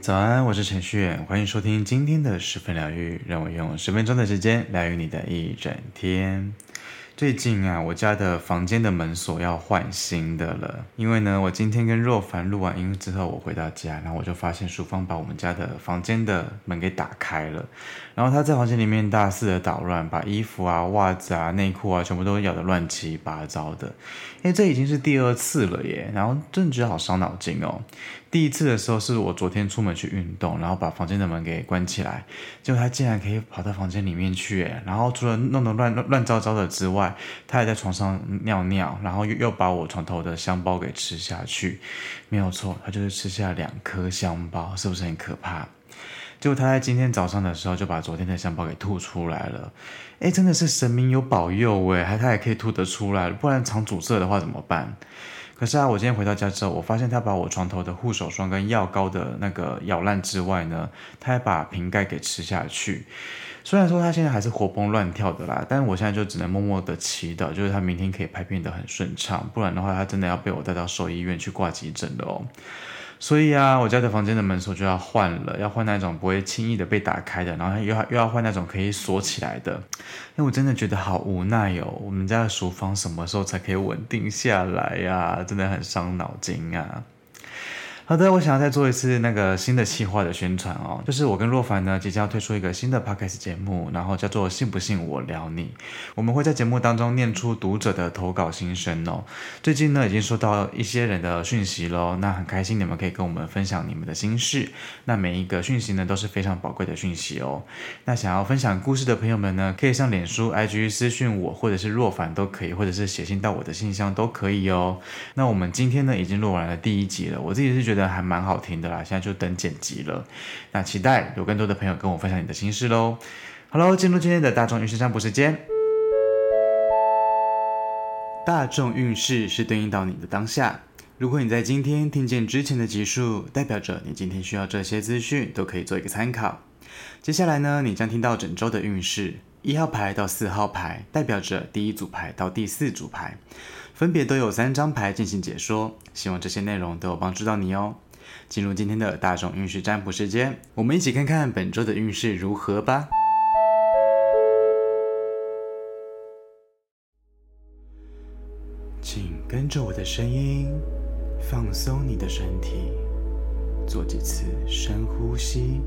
早安，我是程序员，欢迎收听今天的十分疗愈，让我用10分钟的时间疗愈你的一整天。最近啊，我家的房间的门锁要换新的了，因为呢，我今天跟若凡录完音之后，我回到家，然后我就发现淑芳把我们家的房间的门给打开了，然后她在房间里面大肆的捣乱，把衣服啊、袜子啊、内裤啊，全部都咬得乱七八糟的。这已经是第2次了耶，然后真的觉得好伤脑筋哦。第一次的时候是我昨天出门去运动，然后把房间的门给关起来，结果他竟然可以跑到房间里面去耶，然后除了弄得乱糟糟的之外，他还在床上尿尿，然后又把我床头的香包给吃下去。没有错，他就是吃下2颗香包，是不是很可怕？结果他在今天早上的时候就把昨天的香包给吐出来了。真的是神明有保佑耶，他也可以吐得出来，不然肠阻塞的话怎么办？可是啊，我今天回到家之后，我发现他把我床头的护手霜跟药膏的那个咬烂之外呢，他还把瓶盖给吃下去。虽然说他现在还是活蹦乱跳的啦，但是我现在就只能默默的祈祷，就是他明天可以排便得很顺畅，不然的话他真的要被我带到兽医院去挂急诊了哦。所以啊，我家的房间的门锁就要换了，要换那种不会轻易的被打开的，然后又要换那种可以锁起来的。因为我真的觉得好无奈哦，我们家的厨房什么时候才可以稳定下来呀？真的很伤脑筋啊。好的，我想要再做一次那个新的企划的宣传哦，就是我跟若凡呢即将要推出一个新的 podcast 节目，然后叫做信不信我聊你。我们会在节目当中念出读者的投稿心声哦。最近呢已经收到一些人的讯息咯，那很开心你们可以跟我们分享你们的心事，那每一个讯息呢都是非常宝贵的讯息哦。那想要分享故事的朋友们呢，可以上脸书 IG 私讯我，或者是若凡都可以，或者是写信到我的信箱都可以哦。那我们今天呢已经录完了第1集了，我自己是觉得还蛮好听的啦，现在就等剪辑了。那期待有更多的朋友跟我分享你的心事咯。好咯，进入今天的大众运势占卜时间。大众运势是对应到你的当下，如果你在今天听见之前的集数，代表着你今天需要这些资讯都可以做一个参考。接下来呢，你将听到整周的运势，1号牌到4号牌代表着第1组牌到第4组牌，分别都有3张牌进行解说，希望这些内容都有帮助到你哦。进入今天的大众运势占卜时间，我们一起看看本周的运势如何吧。请跟着我的声音，放松你的身体，做几次深呼吸，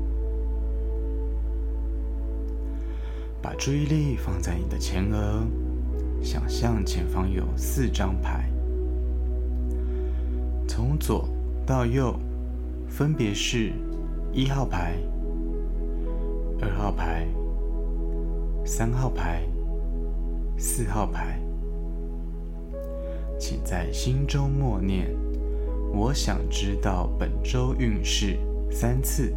把注意力放在你的前额，想象前方有4张牌，从左到右分别是1号牌、2号牌、3号牌、4号牌。请在心中默念我想知道本周运势3次，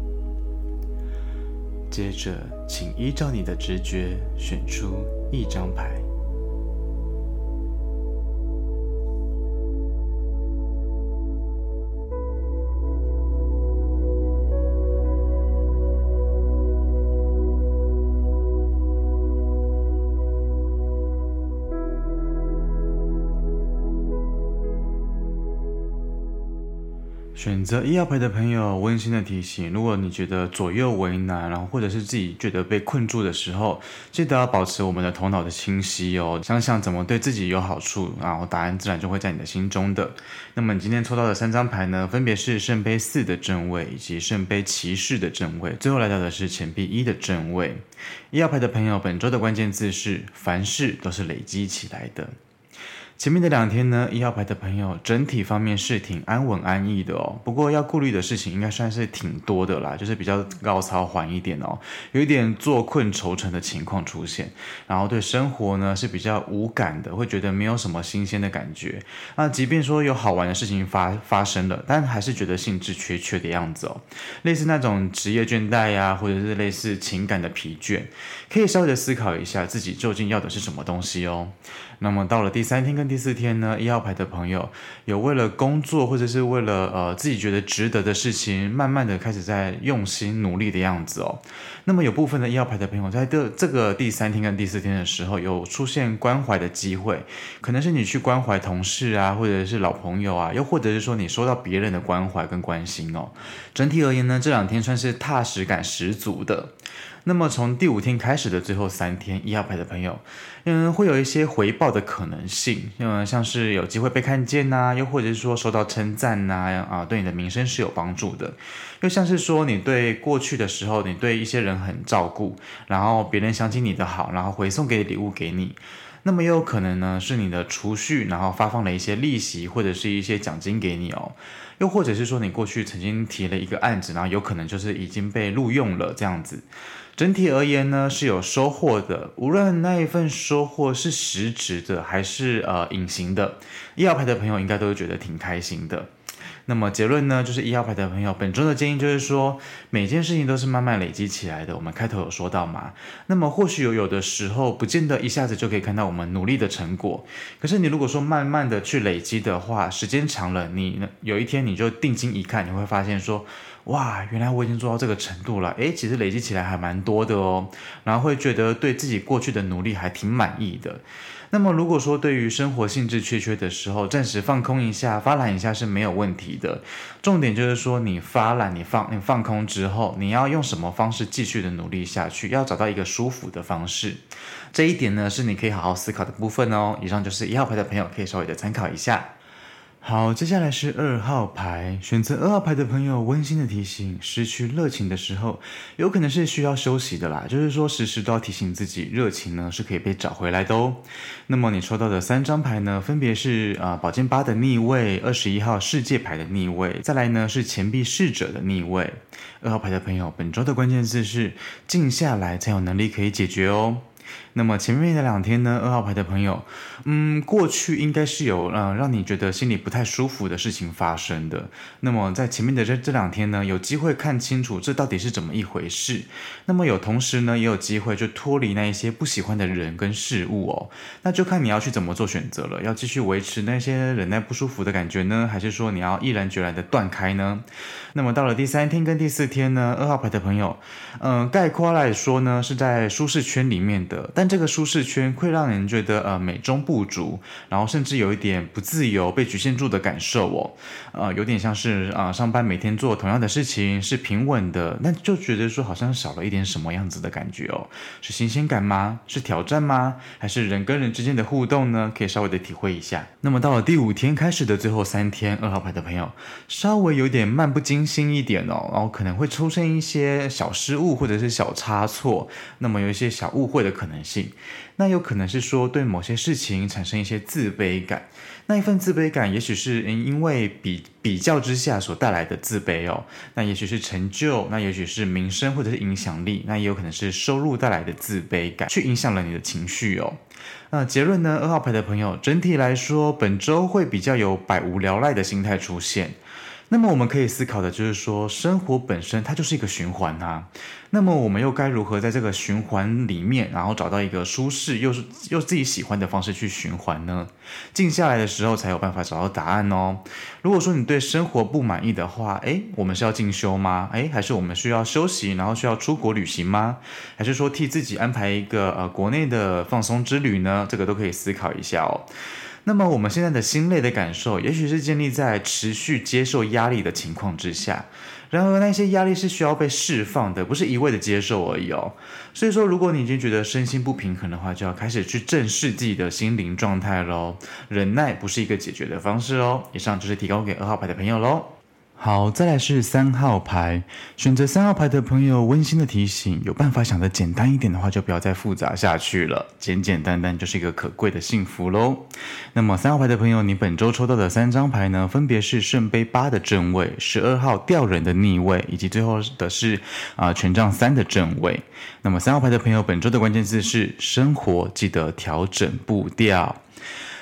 接着请依照你的直觉选出1张牌。选择1号牌的朋友，温馨的提醒，如果你觉得左右为难，然后或者是自己觉得被困住的时候，记得要保持我们的头脑的清晰哦，想想怎么对自己有好处，然后答案自然就会在你的心中的。那么你今天抽到的3张牌呢，分别是圣杯4的正位以及圣杯骑士的正位，最后来到的是钱币1的正位。1号牌的朋友，本周的关键字是凡事都是累积起来的。前面的2天呢，1号牌的朋友整体方面是挺安稳安逸的哦，不过要顾虑的事情应该算是挺多的啦，就是比较高超缓一点哦，有一点坐困愁城的情况出现，然后对生活呢是比较无感的，会觉得没有什么新鲜的感觉。那即便说有好玩的事情发生了，但还是觉得兴致缺缺的样子哦，类似那种职业倦怠啊，或者是类似情感的疲倦，可以稍微的思考一下自己究竟要的是什么东西哦。那么到了第3天跟跟第4天呢，1号牌的朋友有为了工作或者是为了自己觉得值得的事情，慢慢的开始在用心努力的样子哦。那么有部分的1号牌的朋友在这个第3天跟第4天的时候，有出现关怀的机会，可能是你去关怀同事啊，或者是老朋友啊，又或者是说你收到别人的关怀跟关心哦。整体而言呢，这2天算是踏实感十足的。那么从第5天开始的最后3天，1号牌的朋友，会有一些回报的可能性，像是有机会被看见啊，又或者是说受到称赞啊，对你的名声是有帮助的。又像是说你对过去的时候，你对一些人很照顾，然后别人想起你的好，然后回送给礼物给你。那么也有可能呢，是你的储蓄，然后发放了一些利息或者是一些奖金给你哦。又或者是说你过去曾经提了一个案子，然后有可能就是已经被录用了这样子。整体而言呢，是有收获的，无论那一份收获是实质的还是隐形的，1号牌的朋友应该都会觉得挺开心的。那么结论呢，就是1号牌的朋友本周的建议就是说，每件事情都是慢慢累积起来的，我们开头有说到嘛。那么或许有的时候不见得一下子就可以看到我们努力的成果，可是你如果说慢慢的去累积的话，时间长了，你有一天你就定睛一看，你会发现说，哇，原来我已经做到这个程度了，其实累积起来还蛮多的哦，然后会觉得对自己过去的努力还挺满意的。那么如果说对于生活兴致缺缺的时候，暂时放空一下，发懒一下是没有问题的。重点就是说你发懒，你放空之后，你要用什么方式继续的努力下去，要找到一个舒服的方式。这一点呢，是你可以好好思考的部分哦。以上就是1号牌的朋友可以稍微的参考一下。好，接下来是2号牌，选择2号牌的朋友温馨的提醒，失去热情的时候，有可能是需要休息的啦，就是说时时都要提醒自己，热情呢是可以被找回来的哦。那么你抽到的3张牌呢，分别是宝剑8的逆位，21号世界牌的逆位，再来呢是钱币侍者的逆位。2号牌的朋友，本周的关键字是静下来才有能力可以解决哦。那么前面的2天呢，2号牌的朋友，过去应该是有让你觉得心里不太舒服的事情发生的。那么在前面的这2天呢，有机会看清楚这到底是怎么一回事。那么同时呢，也有机会就脱离那一些不喜欢的人跟事物哦。那就看你要去怎么做选择了，要继续维持那些忍耐不舒服的感觉呢，还是说你要毅然决然的断开呢？那么到了第3天跟第4天呢，2号牌的朋友，概括来说呢，是在舒适圈里面的。但这个舒适圈会让人觉得美中不足，然后甚至有一点不自由、被局限住的感受哦。有点像是上班每天做同样的事情，是平稳的，但就觉得说好像少了一点什么样子的感觉哦。是新鲜感吗？是挑战吗？还是人跟人之间的互动呢？可以稍微的体会一下。那么到了第5天开始的最后3天，2号牌的朋友稍微有点漫不经心一点哦，然后可能会出现一些小失误或者是小差错，那么有一些小误会的可能性。那有可能是说对某些事情产生一些自卑感，那一份自卑感也许是因为比较之下所带来的自卑哦，那也许是成就，那也许是名声或者是影响力，那也有可能是收入带来的自卑感，去影响了你的情绪哦。结论呢，2号牌的朋友，整体来说本周会比较有百无聊赖的心态出现。那么我们可以思考的就是说，生活本身它就是一个循环啊。那么我们又该如何在这个循环里面，然后找到一个舒适又自己喜欢的方式去循环呢？静下来的时候才有办法找到答案哦。如果说你对生活不满意的话，我们是要进修吗？还是我们需要休息，然后需要出国旅行吗？还是说替自己安排一个国内的放松之旅呢？这个都可以思考一下哦。那么我们现在的心累的感受，也许是建立在持续接受压力的情况之下。然而那些压力是需要被释放的，不是一味的接受而已哦。所以说，如果你已经觉得身心不平衡的话，就要开始去正视自己的心灵状态咯。忍耐不是一个解决的方式哦。以上就是提供给2号牌的朋友咯。好，再来是3号牌，选择3号牌的朋友，温馨的提醒，有办法想得简单一点的话，就不要再复杂下去了，简简单单就是一个可贵的幸福咯。那么3号牌的朋友，你本周抽到的3张牌呢，分别是圣杯8的正位，12号吊人的逆位，以及最后的是权杖3的正位。那么3号牌的朋友，本周的关键字是生活，记得调整步调。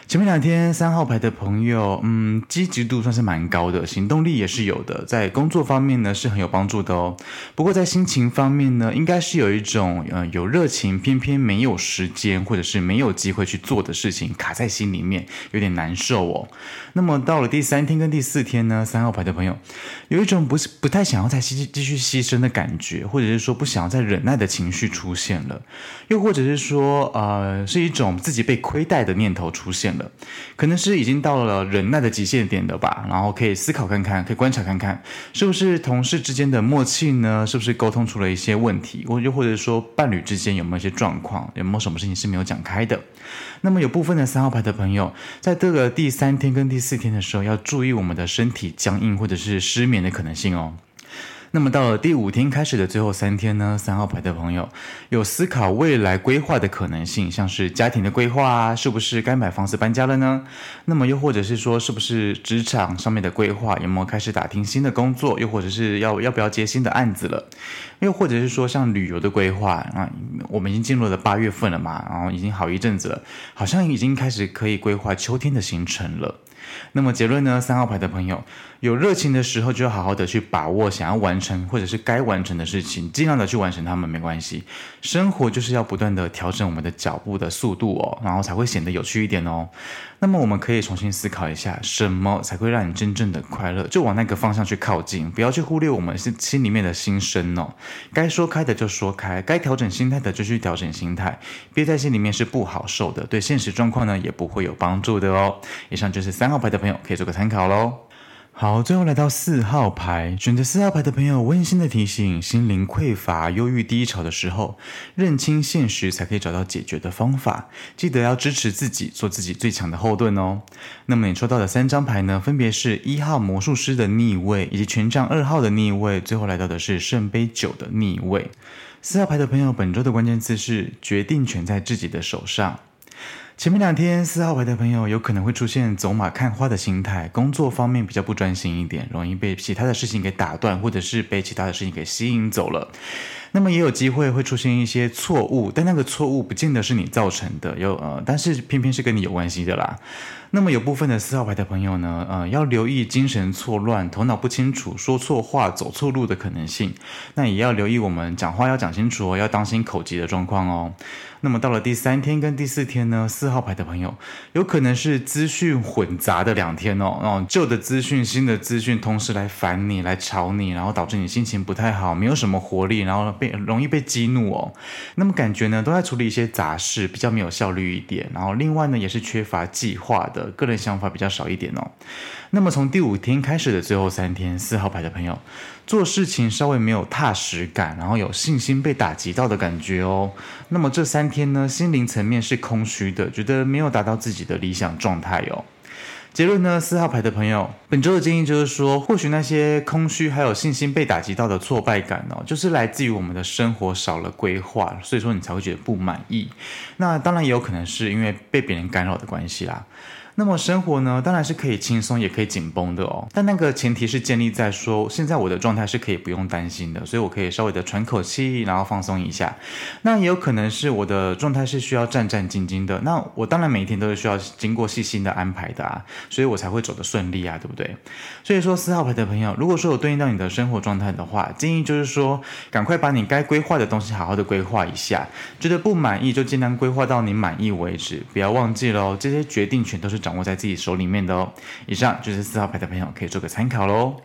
前面2天3号牌的朋友，积极度算是蛮高的，行动力也是有的，在工作方面呢是很有帮助的哦。不过在心情方面呢，应该是有一种有热情，偏偏没有时间或者是没有机会去做的事情卡在心里面，有点难受哦。那么到了第3天跟第4天呢，3号牌的朋友有一种不太想要再继续牺牲的感觉，或者是说不想要再忍耐的情绪出现了，又或者是说是一种自己被亏待的念头出现了，可能是已经到了忍耐的极限点了吧，然后可以思考看看，可以观察看看，是不是同事之间的默契呢？是不是沟通出了一些问题，又或者说伴侣之间有没有一些状况，有没有什么事情是没有讲开的？那么有部分的3号牌的朋友，在这个第3天跟第4天的时候，要注意我们的身体僵硬或者是失眠的可能性哦。那么到了第5天开始的最后3天呢，3号牌的朋友有思考未来规划的可能性，像是家庭的规划啊，是不是该买房子搬家了呢？那么又或者是说，是不是职场上面的规划，有没有开始打听新的工作，又或者是要不要接新的案子了？又或者是说像旅游的规划啊，我们已经进入了8月份了嘛，然后已经好一阵子了，好像已经开始可以规划秋天的行程了。那么结论呢，3号牌的朋友有热情的时候就要好好的去把握想要完成或者是该完成的事情，尽量的去完成它们，没关系。生活就是要不断的调整我们的脚步的速度哦，然后才会显得有趣一点哦。那么我们可以重新思考一下，什么才会让你真正的快乐，就往那个方向去靠近，不要去忽略我们心里面的心声哦。该说开的就说开，该调整心态的就去调整心态，憋在心里面是不好受的，对现实状况呢也不会有帮助的哦。以上就是3号牌的朋友可以做个参考咯。好，最后来到4号牌，选择4号牌的朋友温馨的提醒，心灵匮乏、忧郁低潮的时候，认清现实才可以找到解决的方法，记得要支持自己，做自己最强的后盾哦。那么你抽到的3张牌呢，分别是1号魔术师的逆位，以及权杖2号的逆位，最后来到的是圣杯9的逆位。4号牌的朋友，本周的关键字是决定权在自己的手上。前面2天4号牌的朋友有可能会出现走马看花的心态，工作方面比较不专心一点，容易被其他的事情给打断，或者是被其他的事情给吸引走了。那么也有机会会出现一些错误，但那个错误不见得是你造成的，但是偏偏是跟你有关系的啦。那么有部分的4号牌的朋友呢，要留意精神错乱、头脑不清楚、说错话、走错路的可能性。那也要留意我们讲话要讲清楚哦，要当心口疾的状况哦。那么到了第3天跟第4天呢，4号牌的朋友有可能是资讯混杂的2天哦，旧的资讯、新的资讯同时来烦你、来吵你，然后导致你心情不太好，没有什么活力，然后容易被激怒哦。那么感觉呢都在处理一些杂事，比较没有效率一点，然后另外呢也是缺乏计划的，个人想法比较少一点哦。那么从第5天开始的最后3天，4号牌的朋友做事情稍微没有踏实感，然后有信心被打击到的感觉哦。那么这3天呢，心灵层面是空虚的，觉得没有达到自己的理想状态哦。结论呢，4号牌的朋友，本周的建议就是说，或许那些空虚还有信心被打击到的挫败感哦，就是来自于我们的生活少了规划，所以说你才会觉得不满意。那当然也有可能是因为被别人干扰的关系啦。那么生活呢，当然是可以轻松也可以紧绷的哦，但那个前提是建立在说，现在我的状态是可以不用担心的，所以我可以稍微的喘口气，然后放松一下。那也有可能是我的状态是需要战战兢兢的，那我当然每一天都是需要经过细心的安排的啊，所以我才会走得顺利啊，对不对？所以说4号牌的朋友，如果说有对应到你的生活状态的话，建议就是说，赶快把你该规划的东西好好的规划一下，觉得不满意就尽量规划到你满意为止，不要忘记咯，这些决定权都是掌握在自己手里面的哦。以上就是4号牌的朋友可以做个参考咯。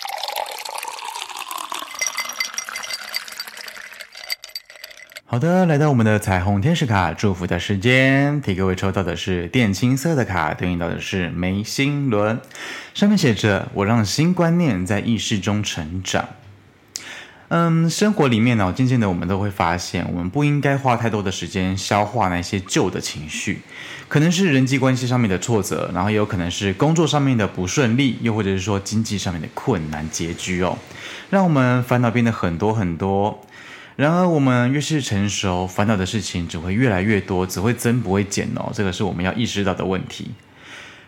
好的，来到我们的彩虹天使卡祝福的时间，替各位抽到的是靛青色的卡，对应到的是眉心轮，上面写着我让新观念在意识中成长。生活里面渐渐的我们都会发现，我们不应该花太多的时间消化那些旧的情绪，可能是人际关系上面的挫折，然后也有可能是工作上面的不顺利，又或者是说经济上面的困难拮据哦，让我们烦恼变得很多很多。然而我们越是成熟，烦恼的事情只会越来越多，只会增不会减哦，这个是我们要意识到的问题。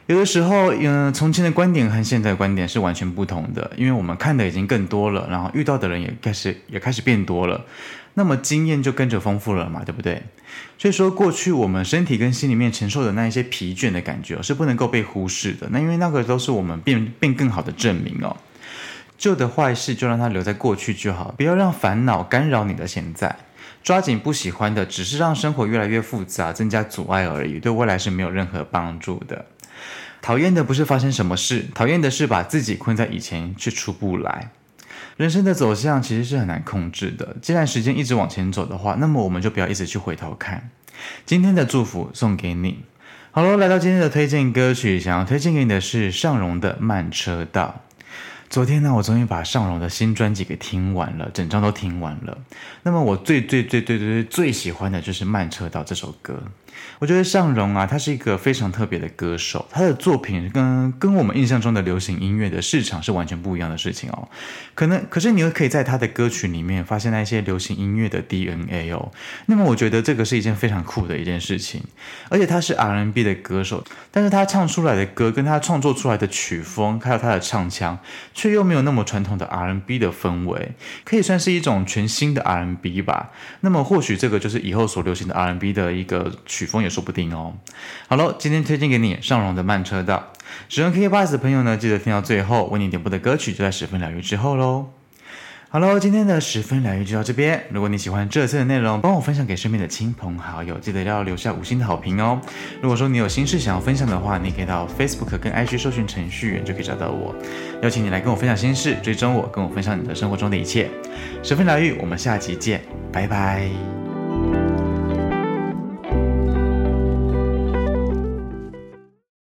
有的时候，从前的观点和现在的观点是完全不同的，因为我们看的已经更多了，然后遇到的人也开始变多了，那么经验就跟着丰富了嘛，对不对？所以说，过去我们身体跟心里面承受的那一些疲倦的感觉是不能够被忽视的，那因为那个都是我们变更好的证明哦。旧的坏事就让它留在过去就好，不要让烦恼干扰你的现在。抓紧不喜欢的，只是让生活越来越复杂，增加阻碍而已，对未来是没有任何帮助的。讨厌的不是发生什么事，讨厌的是把自己困在以前却出不来。人生的走向其实是很难控制的，既然时间一直往前走的话，那么我们就不要一直去回头看。今天的祝福送给你。好了，来到今天的推荐歌曲，想要推荐给你的是尚荣的《慢车道》。昨天呢，我终于把尚荣的新专辑给听完了，整张都听完了。那么我最喜欢的就是《慢车道》这首歌。我觉得尚荣啊，他是一个非常特别的歌手，他的作品跟我们印象中的流行音乐的市场是完全不一样的事情哦。可是你又可以在他的歌曲里面发现那些流行音乐的 DNA 哦。那么我觉得这个是一件非常酷的一件事情，而且他是 R&B 的歌手，但是他唱出来的歌跟他创作出来的曲风，还有他的唱腔，却又没有那么传统的 R&B 的氛围，可以算是一种全新的 R&B 吧。那么或许这个就是以后所流行的 R&B 的一个曲风也说不定哦。好了，今天推荐给你尚荣的《慢车道》。使用 KKBOX 的朋友呢，记得听到最后，为你点播的歌曲就在10分疗愈之后咯。好了，今天的10分疗愈就到这边。如果你喜欢这次的内容，帮我分享给身边的亲朋好友，记得要留下5星的好评哦。如果说你有心事想要分享的话，你可以到 Facebook 跟 IG 搜寻程序员就可以找到我，邀请你来跟我分享心事，追踪我，跟我分享你的生活中的一切。10分疗愈，我们下集见，拜拜。